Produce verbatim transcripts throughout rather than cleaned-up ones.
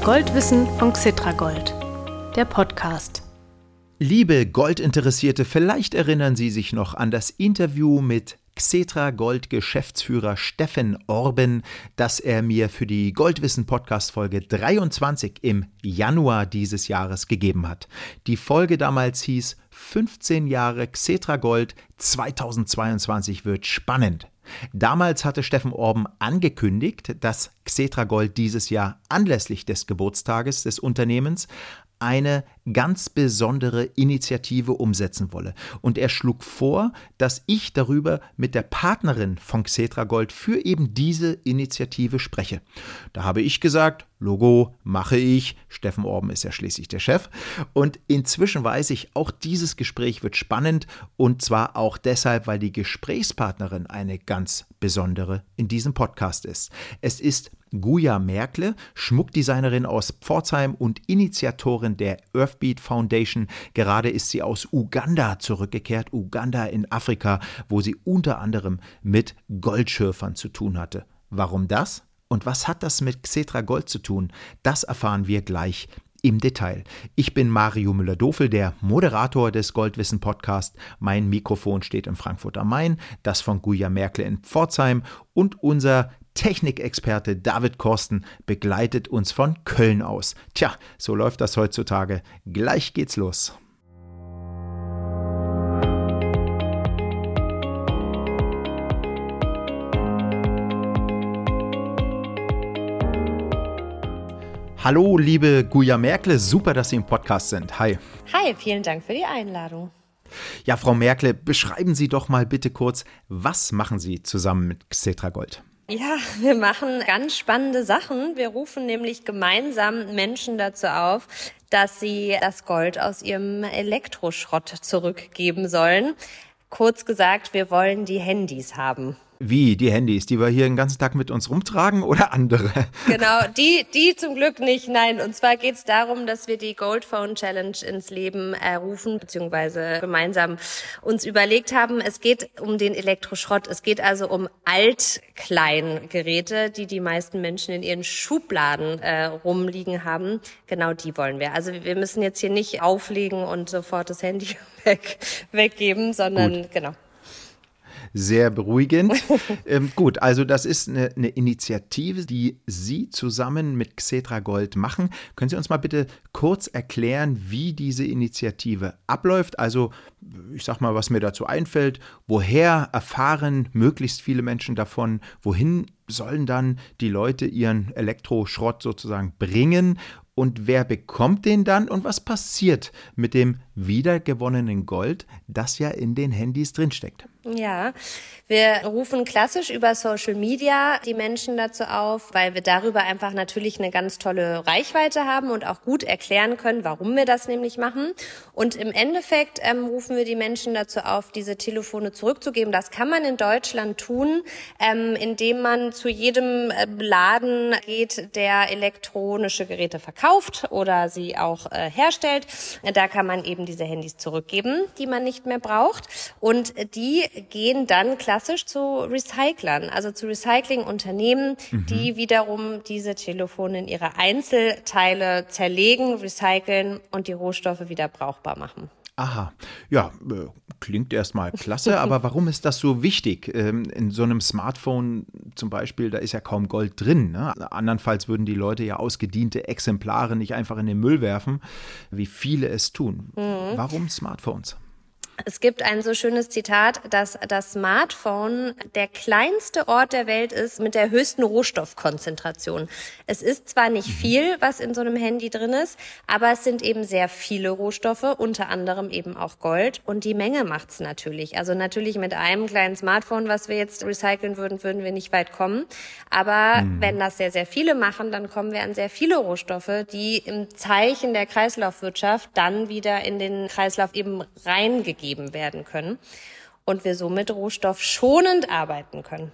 Goldwissen von Xetragold, der Podcast. Liebe Goldinteressierte, vielleicht erinnern Sie sich noch an das Interview mit Xetragold-Geschäftsführer Steffen Orben, das er mir für die Goldwissen-Podcast-Folge dreiundzwanzig im Januar dieses Jahres gegeben hat. Die Folge damals hieß fünfzehn Jahre Xetragold, zweitausendzweiundzwanzig wird spannend. Damals hatte Steffen Orben angekündigt, dass Xetragold dieses Jahr anlässlich des Geburtstages des Unternehmens eine ganz besondere Initiative umsetzen wolle. Und er schlug vor, dass ich darüber mit der Partnerin von Xetragold für eben diese Initiative spreche. Da habe ich gesagt, Logo, mache ich. Steffen Orben ist ja schließlich der Chef. Und inzwischen weiß ich, auch dieses Gespräch wird spannend. Und zwar auch deshalb, weil die Gesprächspartnerin eine ganz besondere in diesem Podcast ist. Es ist Guja Merkle, Schmuckdesignerin aus Pforzheim und Initiatorin der Earthbeat Foundation. Gerade ist sie aus Uganda zurückgekehrt, Uganda in Afrika, wo sie unter anderem mit Goldschürfern zu tun hatte. Warum das? Und was hat das mit Xetragold zu tun? Das erfahren wir gleich im Detail. Ich bin Mario Müller-Dofel, der Moderator des Goldwissen-Podcast. Mein Mikrofon steht in Frankfurt am Main, das von Guja Merkle in Pforzheim, und unser Technikexperte David Korsten begleitet uns von Köln aus. Tja, so läuft das heutzutage. Gleich geht's los. Hallo, liebe Guja Merkle, super, dass Sie im Podcast sind. Hi. Hi, vielen Dank für die Einladung. Ja, Frau Merkle, beschreiben Sie doch mal bitte kurz, was machen Sie zusammen mit Xetragold? Ja, wir machen ganz spannende Sachen. Wir rufen nämlich gemeinsam Menschen dazu auf, dass sie das Gold aus ihrem Elektroschrott zurückgeben sollen. Kurz gesagt, wir wollen die Handys haben. Wie, die Handys, die wir hier den ganzen Tag mit uns rumtragen, oder andere? Genau, die die zum Glück nicht, nein. Und zwar geht es darum, dass wir die Gold Phone Challenge ins Leben rufen, beziehungsweise gemeinsam uns überlegt haben, es geht um den Elektroschrott. Es geht also um Altkleingeräte, die die meisten Menschen in ihren Schubladen äh, rumliegen haben. Genau die wollen wir. Also wir müssen jetzt hier nicht auflegen und sofort das Handy weg, weggeben, sondern Gut. Genau. Sehr beruhigend. ähm, gut, also das ist eine, eine Initiative, die Sie zusammen mit Xetragold machen. Können Sie uns mal bitte kurz erklären, wie diese Initiative abläuft? Also ich sag mal, was mir dazu einfällt. Woher erfahren möglichst viele Menschen davon? Wohin sollen dann die Leute ihren Elektroschrott sozusagen bringen? Und wer bekommt den dann? Und was passiert mit dem wiedergewonnenen Gold, das ja in den Handys drinsteckt? Ja, wir rufen klassisch über Social Media die Menschen dazu auf, weil wir darüber einfach natürlich eine ganz tolle Reichweite haben und auch gut erklären können, warum wir das nämlich machen. Und im Endeffekt ähm, rufen wir die Menschen dazu auf, diese Telefone zurückzugeben. Das kann man in Deutschland tun, ähm, indem man zu jedem äh, Laden geht, der elektronische Geräte verkauft oder sie auch äh, herstellt. Da kann man eben diese Handys zurückgeben, die man nicht mehr braucht. Und die gehen dann klassisch zu Recyclern, also zu Recyclingunternehmen, mhm. die wiederum diese Telefone in ihre Einzelteile zerlegen, recyceln und die Rohstoffe wieder brauchbar machen. Aha, ja, äh, klingt erstmal klasse, aber warum ist das so wichtig? Ähm, in so einem Smartphone zum Beispiel, da ist ja kaum Gold drin, ne? Andernfalls würden die Leute ja ausgediente Exemplare nicht einfach in den Müll werfen, wie viele es tun. Mhm. Warum Smartphones? Es gibt ein so schönes Zitat, dass das Smartphone der kleinste Ort der Welt ist mit der höchsten Rohstoffkonzentration. Es ist zwar nicht viel, was in so einem Handy drin ist, aber es sind eben sehr viele Rohstoffe, unter anderem eben auch Gold. Und die Menge macht's natürlich. Also natürlich mit einem kleinen Smartphone, was wir jetzt recyceln würden, würden wir nicht weit kommen. Aber mhm. wenn das sehr, sehr viele machen, dann kommen wir an sehr viele Rohstoffe, die im Zeichen der Kreislaufwirtschaft dann wieder in den Kreislauf eben reingegeben werden können und wir somit rohstoffschonend arbeiten können.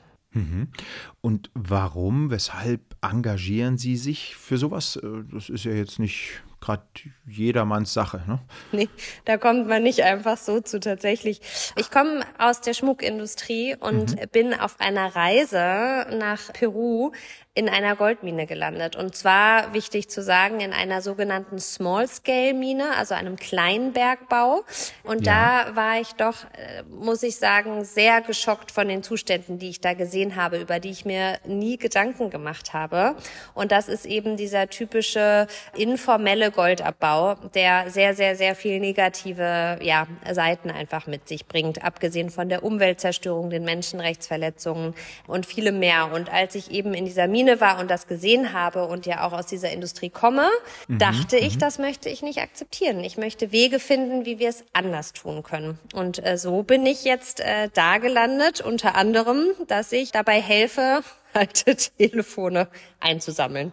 Und warum, weshalb engagieren Sie sich für sowas? Das ist ja jetzt nicht gerade jedermanns Sache, ne? Nee, da kommt man nicht einfach so zu tatsächlich. Ich komme aus der Schmuckindustrie und mhm. bin auf einer Reise nach Peru in einer Goldmine gelandet. Und zwar, wichtig zu sagen, in einer sogenannten Small-Scale-Mine, also einem Kleinbergbau. Und ja. da war ich doch, muss ich sagen, sehr geschockt von den Zuständen, die ich da gesehen habe, über die ich mir nie Gedanken gemacht habe. Und das ist eben dieser typische informelle Goldabbau, der sehr, sehr, sehr viel negative ja, Seiten einfach mit sich bringt, abgesehen von der Umweltzerstörung, den Menschenrechtsverletzungen und vielem mehr. Und als ich eben in dieser Mine war und das gesehen habe und ja auch aus dieser Industrie komme, mhm, dachte ich, mhm. das möchte ich nicht akzeptieren. Ich möchte Wege finden, wie wir es anders tun können. Und äh, so bin ich jetzt äh, da gelandet, unter anderem, dass ich dabei helfe, alte Telefone einzusammeln.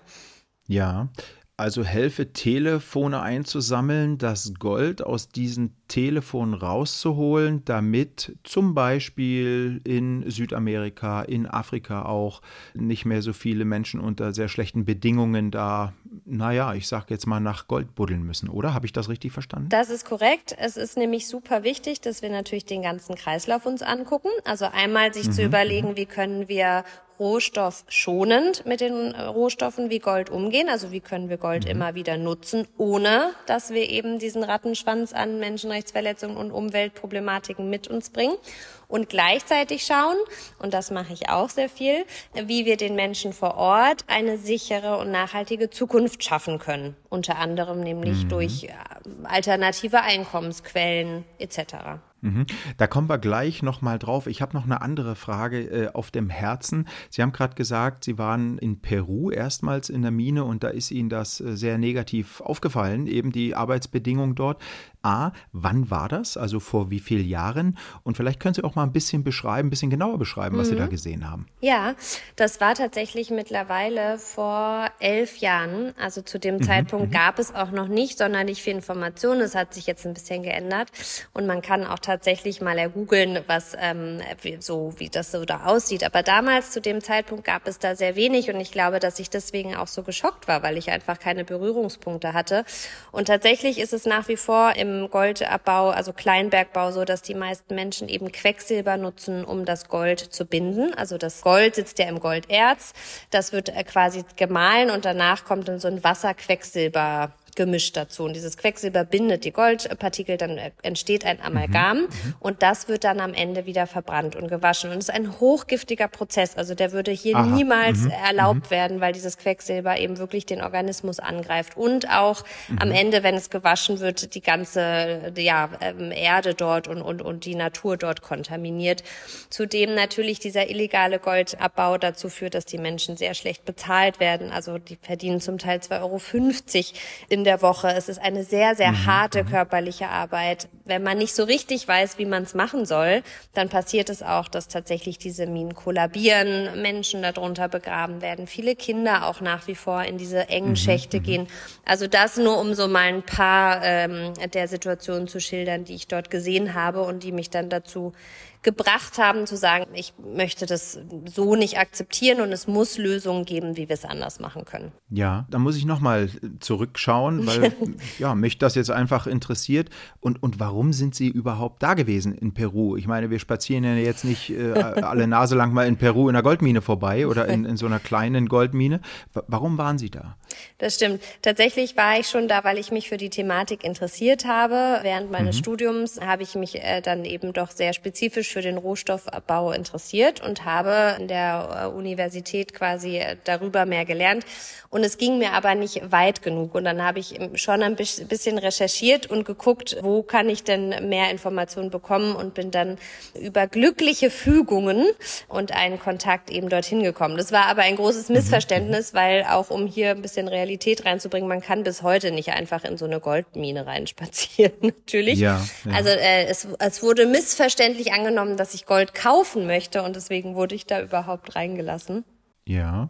Ja, also helfe, Telefone einzusammeln, das Gold aus diesen Telefonen rauszuholen, damit zum Beispiel in Südamerika, in Afrika auch nicht mehr so viele Menschen unter sehr schlechten Bedingungen da, naja, ich sag jetzt mal nach Gold buddeln müssen, oder? Habe ich das richtig verstanden? Das ist korrekt. Es ist nämlich super wichtig, dass wir natürlich den ganzen Kreislauf uns angucken. Also einmal sich mhm. zu überlegen, wie können wir rohstoffschonend mit den Rohstoffen wie Gold umgehen. Also wie können wir Gold mhm. immer wieder nutzen, ohne dass wir eben diesen Rattenschwanz an Menschenrechtsverletzungen und Umweltproblematiken mit uns bringen. Und gleichzeitig schauen, und das mache ich auch sehr viel, wie wir den Menschen vor Ort eine sichere und nachhaltige Zukunft schaffen können. Unter anderem nämlich mhm. durch alternative Einkommensquellen et cetera. Da kommen wir gleich noch mal drauf. Ich habe noch eine andere Frage äh, auf dem Herzen. Sie haben gerade gesagt, Sie waren in Peru erstmals in der Mine und da ist Ihnen das äh, sehr negativ aufgefallen, eben die Arbeitsbedingungen dort. A, wann war das? Also vor wie vielen Jahren? Und vielleicht können Sie auch mal ein bisschen beschreiben, ein bisschen genauer beschreiben, was mhm. Sie da gesehen haben. Ja, das war tatsächlich mittlerweile vor elf Jahren. Also zu dem mhm. Zeitpunkt mhm. gab es auch noch nicht sonderlich viel Information. Es hat sich jetzt ein bisschen geändert und man kann auch tatsächlich mal ergoogeln, was ähm, wie, so wie das so da aussieht. Aber damals zu dem Zeitpunkt gab es da sehr wenig und ich glaube, dass ich deswegen auch so geschockt war, weil ich einfach keine Berührungspunkte hatte. Und tatsächlich ist es nach wie vor im Goldabbau, also Kleinbergbau, so, dass die meisten Menschen eben Quecksilber nutzen, um das Gold zu binden. Also das Gold sitzt ja im Golderz. Das wird quasi gemahlen und danach kommt dann so ein Wasserquecksilber gemischt dazu. Und dieses Quecksilber bindet die Goldpartikel, dann entsteht ein Amalgam mhm. und das wird dann am Ende wieder verbrannt und gewaschen. Und es ist ein hochgiftiger Prozess. Also der würde hier Aha. niemals mhm. erlaubt mhm. werden, weil dieses Quecksilber eben wirklich den Organismus angreift. Und auch mhm. am Ende, wenn es gewaschen wird, die ganze ja, Erde dort und, und, und die Natur dort kontaminiert. Zudem natürlich dieser illegale Goldabbau dazu führt, dass die Menschen sehr schlecht bezahlt werden. Also die verdienen zum Teil zwei Euro fünfzig in der Woche. Es ist eine sehr, sehr mhm. harte körperliche Arbeit. Wenn man nicht so richtig weiß, wie man es machen soll, dann passiert es auch, dass tatsächlich diese Minen kollabieren, Menschen darunter begraben werden, viele Kinder auch nach wie vor in diese engen mhm. Schächte mhm. gehen. Also das nur, um so mal ein paar ähm, der Situationen zu schildern, die ich dort gesehen habe und die mich dann dazu gebracht haben, zu sagen, ich möchte das so nicht akzeptieren und es muss Lösungen geben, wie wir es anders machen können. Ja, da muss ich nochmal zurückschauen, weil ja, mich das jetzt einfach interessiert. Und, und warum sind Sie überhaupt da gewesen in Peru? Ich meine, wir spazieren ja jetzt nicht äh, alle Nase lang mal in Peru in einer Goldmine vorbei oder in, in so einer kleinen Goldmine. Warum waren Sie da? Das stimmt. Tatsächlich war ich schon da, weil ich mich für die Thematik interessiert habe. Während meines mhm. Studiums habe ich mich äh, dann eben doch sehr spezifisch für den Rohstoffabbau interessiert und habe in der Universität quasi darüber mehr gelernt. Und es ging mir aber nicht weit genug. Und dann habe ich schon ein bisschen recherchiert und geguckt, wo kann ich denn mehr Informationen bekommen und bin dann über glückliche Fügungen und einen Kontakt eben dorthin gekommen. Das war aber ein großes Missverständnis, weil auch um hier ein bisschen Realität reinzubringen, man kann bis heute nicht einfach in so eine Goldmine reinspazieren, natürlich. Ja, ja. Also äh, es, es wurde missverständlich angenommen, dass ich Gold kaufen möchte und deswegen wurde ich da überhaupt reingelassen. Ja.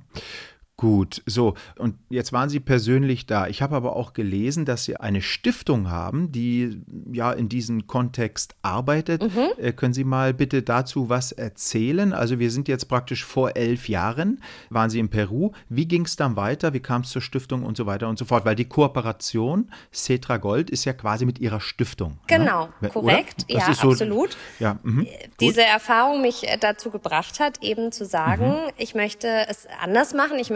Gut, so, und jetzt waren Sie persönlich da. Ich habe aber auch gelesen, dass Sie eine Stiftung haben, die ja in diesem Kontext arbeitet. Mhm. Äh, können Sie mal bitte dazu was erzählen? Also wir sind jetzt praktisch vor elf Jahren, waren Sie in Peru. Wie ging es dann weiter? Wie kam es zur Stiftung und so weiter und so fort? Weil die Kooperation Cetra Gold ist ja quasi mit Ihrer Stiftung. Genau, ne? Korrekt, ja, so, absolut. Ja, mh, Diese Erfahrung mich dazu gebracht hat, eben zu sagen, mhm. ich möchte es anders machen, ich möchte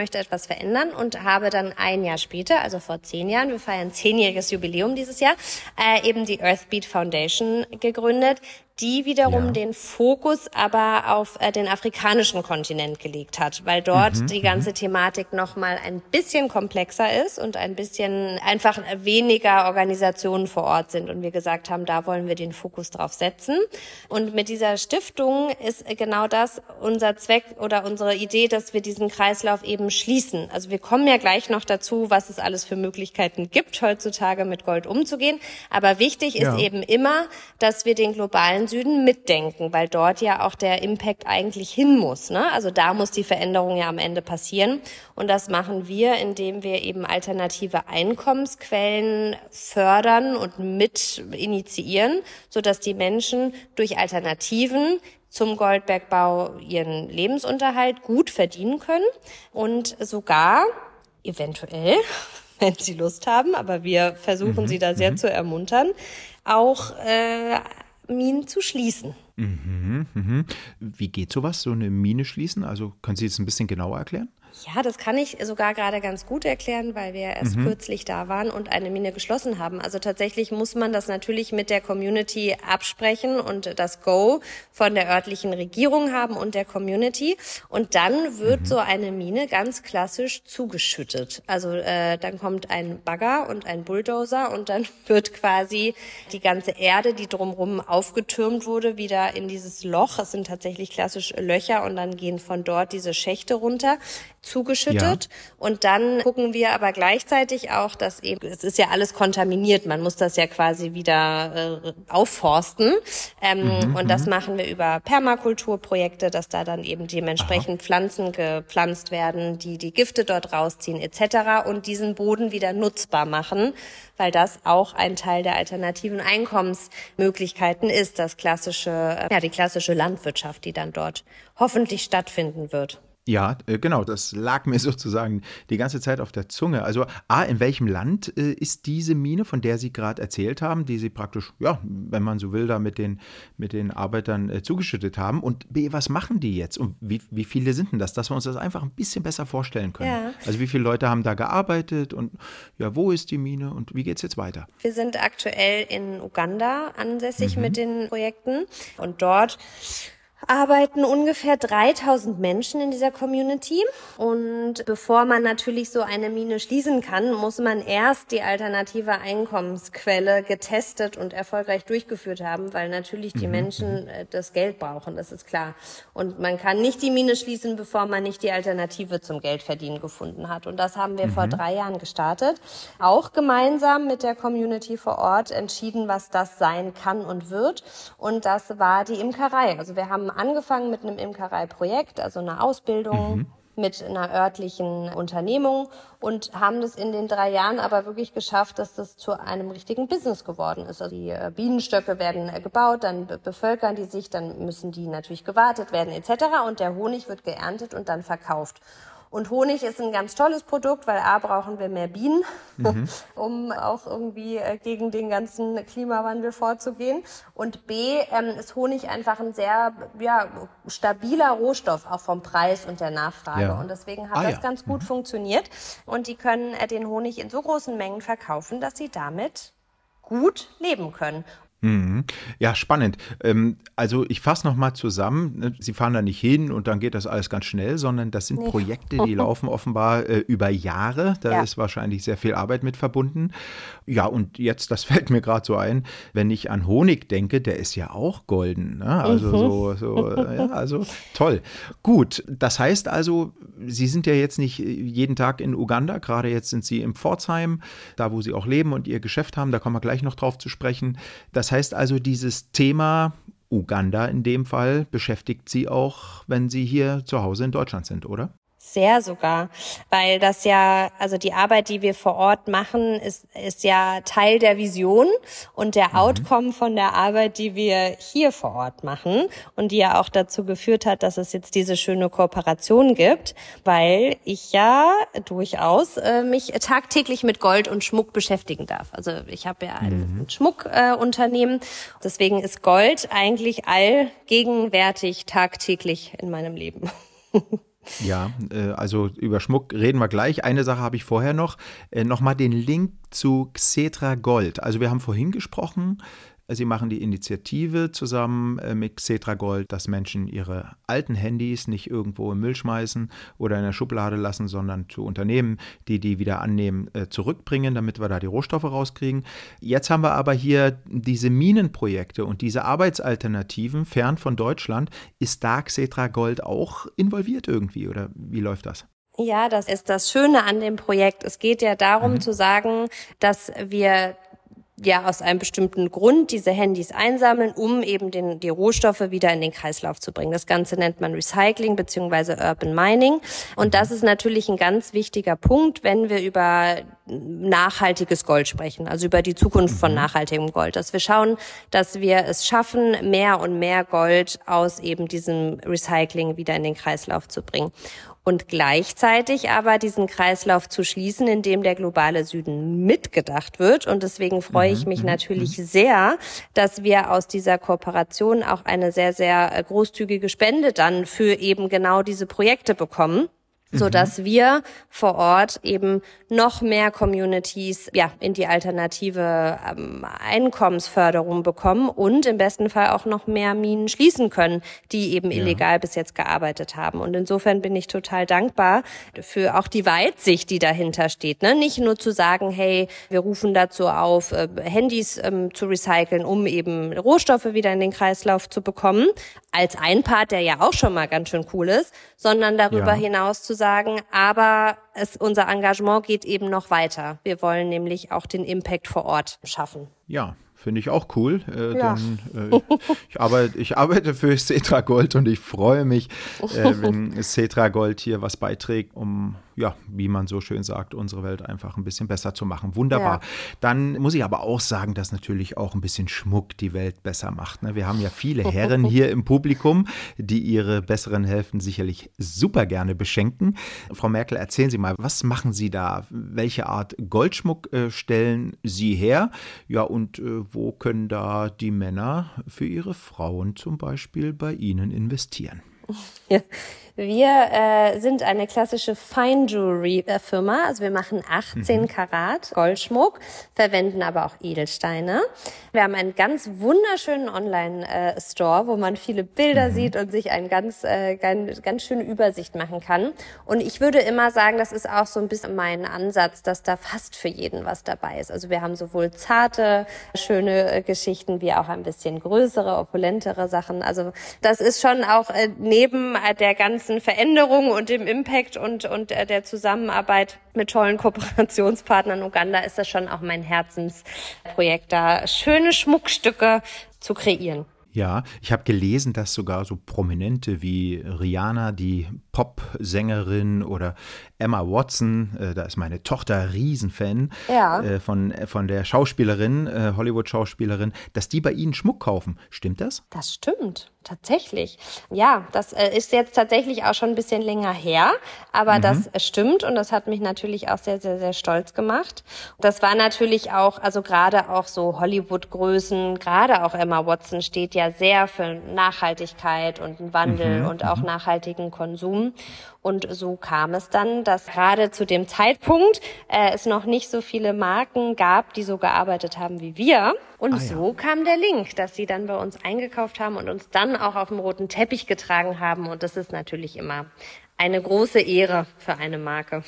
möchte etwas verändern und habe dann ein Jahr später, also vor zehn Jahren, wir feiern zehnjähriges Jubiläum dieses Jahr, äh, eben die Earthbeat Foundation gegründet, die wiederum ja. den Fokus aber auf äh, den afrikanischen Kontinent gelegt hat, weil dort mhm, die ganze Thematik nochmal ein bisschen komplexer ist und ein bisschen einfach weniger Organisationen vor Ort sind. Und wir gesagt haben, da wollen wir den Fokus drauf setzen. Und mit dieser Stiftung ist genau das unser Zweck oder unsere Idee, dass wir diesen Kreislauf eben schließen. Also wir kommen ja gleich noch dazu, was es alles für Möglichkeiten gibt, heutzutage mit Gold umzugehen. Aber wichtig ja. ist eben immer, dass wir den globalen Süden mitdenken, weil dort ja auch der Impact eigentlich hin muss, ne? Also da muss die Veränderung ja am Ende passieren. Und das machen wir, indem wir eben alternative Einkommensquellen fördern und mit initiieren, sodass die Menschen durch Alternativen zum Goldbergbau ihren Lebensunterhalt gut verdienen können und sogar eventuell, wenn sie Lust haben, aber wir versuchen mhm, sie da sehr m- zu ermuntern, auch äh, Minen zu schließen. Mhm, mhm. Wie geht sowas, so eine Mine schließen? Also können Sie das ein bisschen genauer erklären? Ja, das kann ich sogar gerade ganz gut erklären, weil wir erst mhm. kürzlich da waren und eine Mine geschlossen haben. Also tatsächlich muss man das natürlich mit der Community absprechen und das Go von der örtlichen Regierung haben und der Community. Und dann wird mhm. so eine Mine ganz klassisch zugeschüttet. Also äh, dann kommt ein Bagger und ein Bulldozer und dann wird quasi die ganze Erde, die drumherum aufgetürmt wurde, wieder in dieses Loch. Es sind tatsächlich klassisch Löcher und dann gehen von dort diese Schächte runter. Zugeschüttet ja. und dann gucken wir aber gleichzeitig auch, dass eben, es ist ja alles kontaminiert, man muss das ja quasi wieder äh, aufforsten ähm, mhm, und das machen wir über Permakulturprojekte, dass da dann eben dementsprechend Aha. Pflanzen gepflanzt werden, die die Gifte dort rausziehen et cetera und diesen Boden wieder nutzbar machen, weil das auch ein Teil der alternativen Einkommensmöglichkeiten ist, das klassische, ja die klassische Landwirtschaft, die dann dort hoffentlich stattfinden wird. Ja, genau, das lag mir sozusagen die ganze Zeit auf der Zunge. Also A, in welchem Land äh, ist diese Mine, von der Sie gerade erzählt haben, die Sie praktisch, ja, wenn man so will, da mit den, mit den Arbeitern äh, zugeschüttet haben? Und B, was machen die jetzt? Und wie, wie viele sind denn das? Dass wir uns das einfach ein bisschen besser vorstellen können. Ja. Also wie viele Leute haben da gearbeitet und ja, wo ist die Mine und wie geht's jetzt weiter? Wir sind aktuell in Uganda ansässig mhm. mit den Projekten und dort arbeiten ungefähr dreitausend Menschen in dieser Community. Und bevor man natürlich so eine Mine schließen kann, muss man erst die alternative Einkommensquelle getestet und erfolgreich durchgeführt haben, weil natürlich die mhm. Menschen das Geld brauchen, das ist klar. Und man kann nicht die Mine schließen, bevor man nicht die Alternative zum Geldverdienen gefunden hat. Und das haben wir mhm. vor drei Jahren gestartet. Auch gemeinsam mit der Community vor Ort entschieden, was das sein kann und wird. Und das war die Imkerei. Also wir haben angefangen mit einem Imkereiprojekt, also einer Ausbildung mhm. mit einer örtlichen Unternehmung und haben das in den drei Jahren aber wirklich geschafft, dass das zu einem richtigen Business geworden ist. Also die Bienenstöcke werden gebaut, dann bevölkern die sich, dann müssen die natürlich gewartet werden et cetera. Und der Honig wird geerntet und dann verkauft. Und Honig ist ein ganz tolles Produkt, weil A, brauchen wir mehr Bienen, mhm. um auch irgendwie gegen den ganzen Klimawandel vorzugehen. Und B, ähm, ist Honig einfach ein sehr ja, stabiler Rohstoff, auch vom Preis und der Nachfrage. Ja. Und deswegen hat ah, das ja. ganz gut mhm. funktioniert. Und die können äh, den Honig in so großen Mengen verkaufen, dass sie damit gut leben können. Mhm. Ja, spannend. Also ich fasse nochmal zusammen, Sie fahren da nicht hin und dann geht das alles ganz schnell, sondern das sind nee. Projekte, die laufen offenbar äh, über Jahre. Da ja. ist wahrscheinlich sehr viel Arbeit mit verbunden. Ja, und jetzt, das fällt mir gerade so ein, wenn ich an Honig denke, der ist ja auch golden. Ne? Also mhm. so, so ja, also toll. Gut, das heißt also, Sie sind ja jetzt nicht jeden Tag in Uganda, gerade jetzt sind Sie in Pforzheim, da wo Sie auch leben und Ihr Geschäft haben, da kommen wir gleich noch drauf zu sprechen. Das Das heißt also, dieses Thema Uganda in dem Fall beschäftigt Sie auch, wenn Sie hier zu Hause in Deutschland sind, oder? Sehr sogar, weil das ja, also die Arbeit, die wir vor Ort machen, ist, ist ja Teil der Vision und der mhm. Outcome von der Arbeit, die wir hier vor Ort machen und die ja auch dazu geführt hat, dass es jetzt diese schöne Kooperation gibt, weil ich ja durchaus äh, mich tagtäglich mit Gold und Schmuck beschäftigen darf. Also ich habe ja ein mhm. Schmuckunternehmen, äh, deswegen ist Gold eigentlich allgegenwärtig tagtäglich in meinem Leben. Ja, äh, also über Schmuck reden wir gleich. Eine Sache habe ich vorher noch. Äh, Nochmal den Link zu Xetra Gold. Also wir haben vorhin gesprochen, Sie machen die Initiative zusammen mit Xetra Gold, dass Menschen ihre alten Handys nicht irgendwo im Müll schmeißen oder in der Schublade lassen, sondern zu Unternehmen, die die wieder annehmen, zurückbringen, damit wir da die Rohstoffe rauskriegen. Jetzt haben wir aber hier diese Minenprojekte und diese Arbeitsalternativen fern von Deutschland. Ist da Xetra Gold auch involviert irgendwie oder wie läuft das? Ja, das ist das Schöne an dem Projekt. Es geht ja darum mhm. zu sagen, dass wir ja aus einem bestimmten Grund diese Handys einsammeln, um eben den, die Rohstoffe wieder in den Kreislauf zu bringen. Das Ganze nennt man Recycling bzw. Urban Mining. Und das ist natürlich ein ganz wichtiger Punkt, wenn wir über nachhaltiges Gold sprechen, also über die Zukunft von nachhaltigem Gold. Dass wir schauen, dass wir es schaffen, mehr und mehr Gold aus eben diesem Recycling wieder in den Kreislauf zu bringen. Und gleichzeitig aber diesen Kreislauf zu schließen, in dem der globale Süden mitgedacht wird. Und deswegen freue ich mich natürlich sehr, dass wir aus dieser Kooperation auch eine sehr, sehr großzügige Spende dann für eben genau diese Projekte bekommen, so dass wir vor Ort eben noch mehr Communities ja in die alternative ähm, Einkommensförderung bekommen und im besten Fall auch noch mehr Minen schließen können, die eben ja. illegal bis jetzt gearbeitet haben. Und insofern bin ich total dankbar für auch die Weitsicht, die dahinter steht. Ne? Nicht nur zu sagen, hey, wir rufen dazu auf, äh, Handys ähm, zu recyceln, um eben Rohstoffe wieder in den Kreislauf zu bekommen, als ein Part, der ja auch schon mal ganz schön cool ist, sondern darüber ja. hinaus zu sagen, aber es, unser Engagement geht eben noch weiter. Wir wollen nämlich auch den Impact vor Ort schaffen. Ja, finde ich auch cool. Äh, ja. denn, äh, ich, arbeite, ich arbeite für Xetra Gold und ich freue mich, äh, wenn Xetra Gold hier was beiträgt, um, ja, wie man so schön sagt, unsere Welt einfach ein bisschen besser zu machen. Wunderbar. Ja. Dann muss ich aber auch sagen, dass natürlich auch ein bisschen Schmuck die Welt besser macht. Ne? Wir haben ja viele Herren hier im Publikum, die ihre besseren Hälften sicherlich super gerne beschenken. Frau Merkel, erzählen Sie mal, was machen Sie da? Welche Art Goldschmuck äh, stellen Sie her? Ja, und äh, wo können da die Männer für ihre Frauen zum Beispiel bei Ihnen investieren? Ja. Wir äh, sind eine klassische Fine Jewelry äh, Firma, also wir machen achtzehn Karat Goldschmuck, verwenden aber auch Edelsteine. Wir haben einen ganz wunderschönen Online-Store, äh, wo man viele Bilder mhm. sieht und sich eine ganz, äh, ganz, ganz schöne Übersicht machen kann. Und ich würde immer sagen, das ist auch so ein bisschen mein Ansatz, dass da fast für jeden was dabei ist. Also wir haben sowohl zarte, schöne äh, Geschichten, wie auch ein bisschen größere, opulentere Sachen. Also das ist schon auch äh, neben äh, der ganzen Veränderung und dem Impact und, und der Zusammenarbeit mit tollen Kooperationspartnern in Uganda ist das schon auch mein Herzensprojekt, da schöne Schmuckstücke zu kreieren. Ja, ich habe gelesen, dass sogar so Prominente wie Rihanna, die Popsängerin, oder Emma Watson, äh, da ist meine Tochter Riesenfan ja. äh, von, von der Schauspielerin, äh, Hollywood-Schauspielerin, dass die bei Ihnen Schmuck kaufen. Stimmt das? Das stimmt, tatsächlich. Ja, das äh, ist jetzt tatsächlich auch schon ein bisschen länger her, aber mhm. das äh, stimmt und das hat mich natürlich auch sehr, sehr, sehr stolz gemacht. Das war natürlich auch, also gerade auch so Hollywood-Größen, gerade auch Emma Watson steht ja sehr für Nachhaltigkeit und einen Wandel mhm. und auch nachhaltigen Konsum. Und so kam es dann, dass gerade zu dem Zeitpunkt äh, es noch nicht so viele Marken gab, die so gearbeitet haben wie wir. Und ah, ja. so kam der Link, dass sie dann bei uns eingekauft haben und uns dann auch auf dem roten Teppich getragen haben. Und das ist natürlich immer eine große Ehre für eine Marke.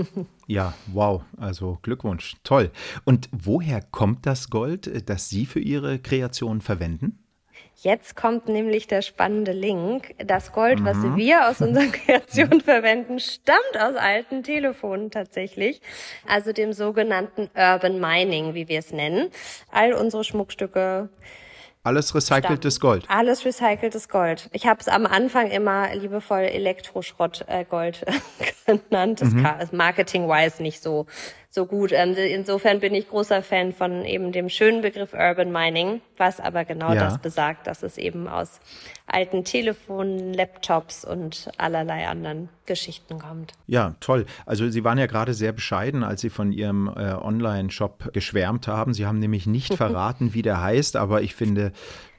Ja, wow, also Glückwunsch, toll. Und woher kommt das Gold, das Sie für Ihre Kreation verwenden? Jetzt kommt nämlich der spannende Link. Das Gold, mhm. was wir aus unserer Kreation verwenden, stammt aus alten Telefonen tatsächlich. Also dem sogenannten Urban Mining, wie wir es nennen. All unsere Schmuckstücke. Alles recyceltes Gold. Alles recyceltes Gold. Ich habe es am Anfang immer liebevoll Elektroschrott-Gold äh, genannt. Das mhm. ist marketing-wise nicht so so gut. Insofern bin ich großer Fan von eben dem schönen Begriff Urban Mining, was aber genau ja. das besagt, dass es eben aus alten Telefonen, Laptops und allerlei anderen Geschichten kommt. Ja, toll. Also Sie waren ja gerade sehr bescheiden, als Sie von Ihrem äh, Online-Shop geschwärmt haben. Sie haben nämlich nicht verraten, wie der heißt, aber ich finde,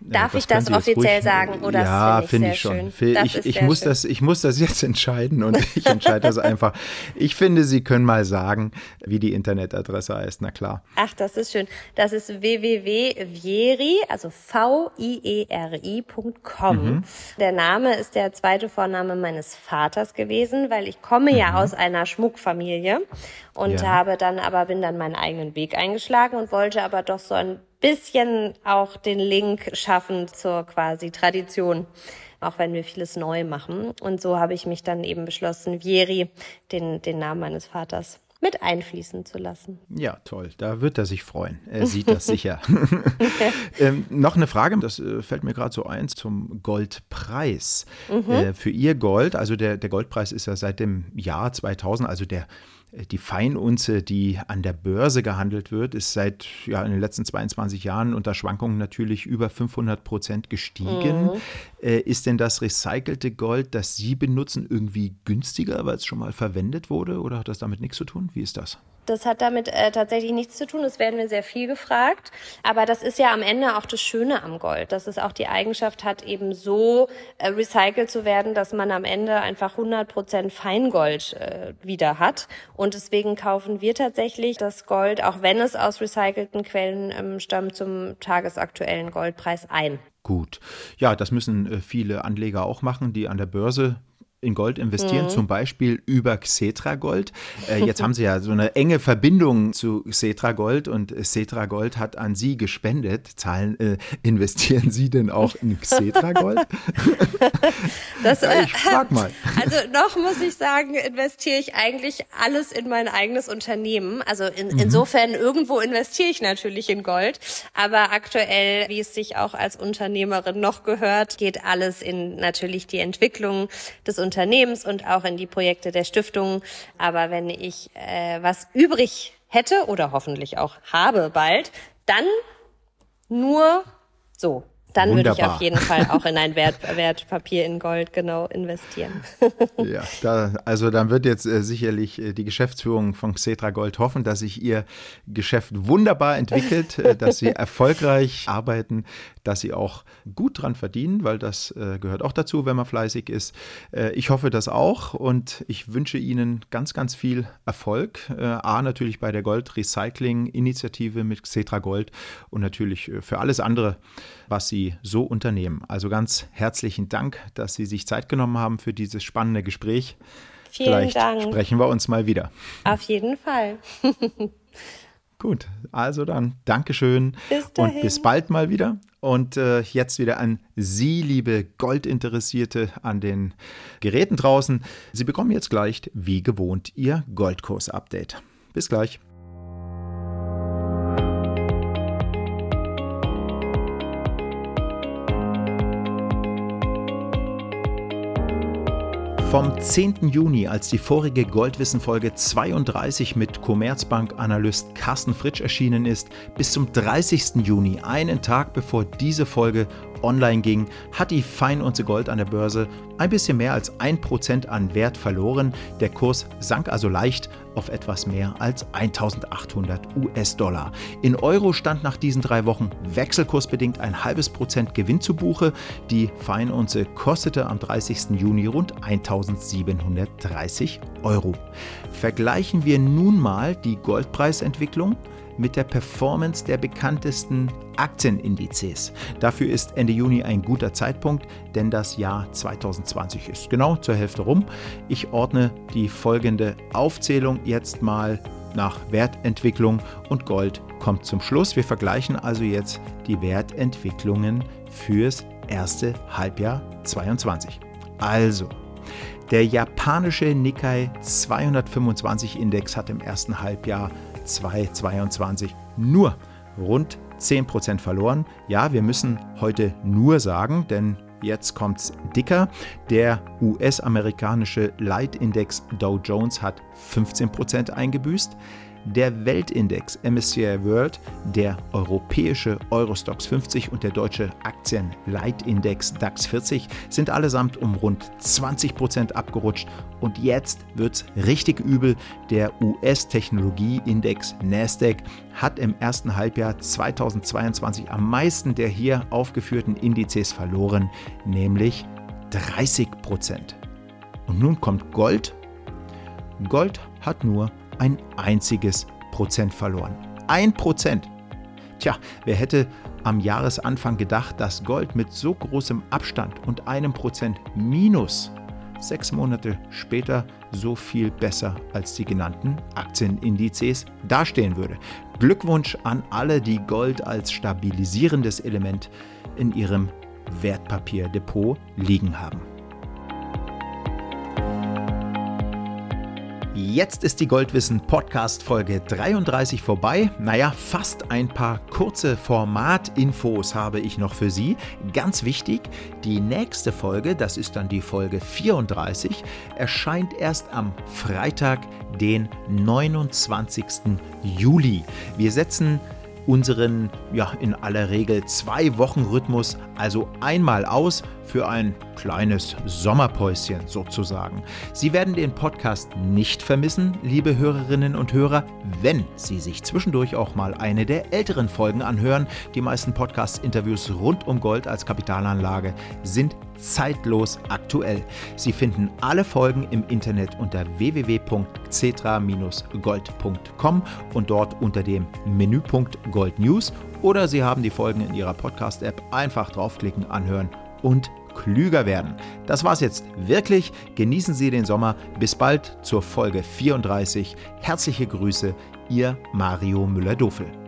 Darf das ich das offiziell ruhig, sagen? Oder ja, finde find ich, ich schon. Schön. Ich, ich, muss das, ich muss das jetzt entscheiden und ich entscheide das einfach. Ich finde, Sie können mal sagen, wie die Internetadresse heißt, na klar. Ach, das ist schön. Das ist w w w punkt vieri, also V I E R I Punkt com. Mhm. Der Name ist der zweite Vorname meines Vaters gewesen, weil ich komme mhm. ja aus einer Schmuckfamilie und ja. habe dann aber, bin dann meinen eigenen Weg eingeschlagen und wollte aber doch so ein bisschen auch den Link schaffen zur quasi Tradition, auch wenn wir vieles neu machen. Und so habe ich mich dann eben beschlossen, Vieri, den, den Namen meines Vaters, mit einfließen zu lassen. Ja, toll. Da wird er sich freuen. Er sieht das sicher. ähm, noch eine Frage, das äh, fällt mir gerade so ein, zum Goldpreis. Mhm. Äh, für Ihr Gold, also der, der Goldpreis ist ja seit dem Jahr zweitausend, also der Die Feinunze, die an der Börse gehandelt wird, ist seit ja, in den letzten zweiundzwanzig Jahren unter Schwankungen natürlich über fünfhundert Prozent gestiegen. Mhm. Äh, ist denn das recycelte Gold, das Sie benutzen, irgendwie günstiger, weil es schon mal verwendet wurde? Oder hat das damit nichts zu tun? Wie ist das? Das hat damit äh, tatsächlich nichts zu tun. Das werden wir sehr viel gefragt. Aber das ist ja am Ende auch das Schöne am Gold, dass es auch die Eigenschaft hat, eben so äh, recycelt zu werden, dass man am Ende einfach hundert Prozent Feingold äh, wieder hat. Und deswegen kaufen wir tatsächlich das Gold, auch wenn es aus recycelten Quellen ähm, stammt, zum tagesaktuellen Goldpreis ein. Gut. Ja, das müssen äh, viele Anleger auch machen, die an der Börse in Gold investieren, mhm. zum Beispiel über Xetra Gold. Äh, jetzt haben Sie ja so eine enge Verbindung zu Xetra Gold und Xetra Gold hat an Sie gespendet. Zahlen, äh, investieren Sie denn auch in Xetra Gold? Das, äh, ich frag mal. Also noch muss ich sagen, investiere ich eigentlich alles in mein eigenes Unternehmen. Also in, mhm. insofern irgendwo investiere ich natürlich in Gold, aber aktuell, wie es sich auch als Unternehmerin noch gehört, geht alles in natürlich die Entwicklung des Unternehmens Unternehmens und auch in die Projekte der Stiftung. Aber wenn ich äh, was übrig hätte oder hoffentlich auch habe bald, dann nur so. Dann Wunderbar. Würde ich auf jeden Fall auch in ein Wert, Wertpapier in Gold genau investieren. Ja, da, also dann wird jetzt äh, sicherlich äh, die Geschäftsführung von Xetra Gold hoffen, dass sich ihr Geschäft wunderbar entwickelt, äh, dass sie erfolgreich arbeiten, dass sie auch gut dran verdienen, weil das äh, gehört auch dazu, wenn man fleißig ist. Äh, ich hoffe das auch und ich wünsche Ihnen ganz, ganz viel Erfolg. Äh, A, natürlich bei der Gold-Recycling-Initiative mit Xetra Gold und natürlich äh, für alles andere, was Sie so unternehmen. Also ganz herzlichen Dank, dass Sie sich Zeit genommen haben für dieses spannende Gespräch. Vielen Vielleicht Dank. Sprechen wir uns mal wieder. Auf jeden Fall. Gut, also dann Dankeschön bis dahin. Und bis bald mal wieder. Und äh, jetzt wieder an Sie, liebe Goldinteressierte an den Geräten draußen. Sie bekommen jetzt gleich, wie gewohnt, Ihr Goldkurs-Update. Bis gleich. Vom zehnten Juni, als die vorige Goldwissen-Folge zweiunddreißig mit Commerzbank-Analyst Carsten Fritsch erschienen ist, bis zum dreißigsten Juni, einen Tag bevor diese Folge online ging, hat die Feinunze Gold an der Börse ein bisschen mehr als ein Prozent an Wert verloren. Der Kurs sank also leicht auf etwas mehr als eintausendachthundert US-Dollar. In Euro stand nach diesen drei Wochen wechselkursbedingt ein halbes Prozent Gewinn zu Buche. Die Feinunze kostete am dreißigsten Juni rund eintausendsiebenhundertdreißig Euro. Vergleichen wir nun mal die Goldpreisentwicklung mit der Performance der bekanntesten Aktienindizes. Dafür ist Ende Juni ein guter Zeitpunkt, denn das Jahr zweitausendzwanzig ist genau zur Hälfte rum. Ich ordne die folgende Aufzählung jetzt mal nach Wertentwicklung und Gold kommt zum Schluss. Wir vergleichen also jetzt die Wertentwicklungen fürs erste Halbjahr zweiundzwanzig. Also, der japanische Nikkei zweihundertfünfundzwanzig Index hat im ersten Halbjahr zweitausendzweiundzwanzig nur rund zehn Prozent verloren. Ja, wir müssen heute nur sagen, denn jetzt kommt's dicker. Der U S-amerikanische Leitindex Dow Jones hat fünfzehn Prozent eingebüßt. Der Weltindex M S C I World, der europäische Eurostoxx fünfzig und der deutsche Aktienleitindex DAX vierzig sind allesamt um rund zwanzig Prozent abgerutscht und jetzt wird's richtig übel. Der U S-Technologieindex Nasdaq hat im ersten Halbjahr zweitausendzweiundzwanzig am meisten der hier aufgeführten Indizes verloren, nämlich dreißig Prozent. Und nun kommt Gold. Gold hat nur ein einziges Prozent verloren. Ein Prozent. Tja, wer hätte am Jahresanfang gedacht, dass Gold mit so großem Abstand und einem Prozent minus sechs Monate später so viel besser als die genannten Aktienindizes dastehen würde. Glückwunsch an alle, die Gold als stabilisierendes Element in ihrem Wertpapierdepot liegen haben. Jetzt ist die Goldwissen-Podcast-Folge dreiunddreißig vorbei. Naja, fast ein paar kurze Formatinfos habe ich noch für Sie. Ganz wichtig, die nächste Folge, das ist dann die Folge vierunddreißig, erscheint erst am Freitag, den neunundzwanzigsten Juli. Wir setzen unseren, ja, in aller Regel zwei Wochen Rhythmus, also einmal aus für ein kleines Sommerpäuschen sozusagen. Sie werden den Podcast nicht vermissen, liebe Hörerinnen und Hörer, wenn Sie sich zwischendurch auch mal eine der älteren Folgen anhören. Die meisten Podcast-Interviews rund um Gold als Kapitalanlage sind zeitlos aktuell. Sie finden alle Folgen im Internet unter w w w punkt xetra Bindestrich gold punkt com und dort unter dem Menüpunkt Gold News, oder Sie haben die Folgen in Ihrer Podcast-App, einfach draufklicken, anhören und klüger werden. Das war's jetzt wirklich. Genießen Sie den Sommer. Bis bald zur Folge vierunddreißig. Herzliche Grüße, Ihr Mario Müller-Dofel.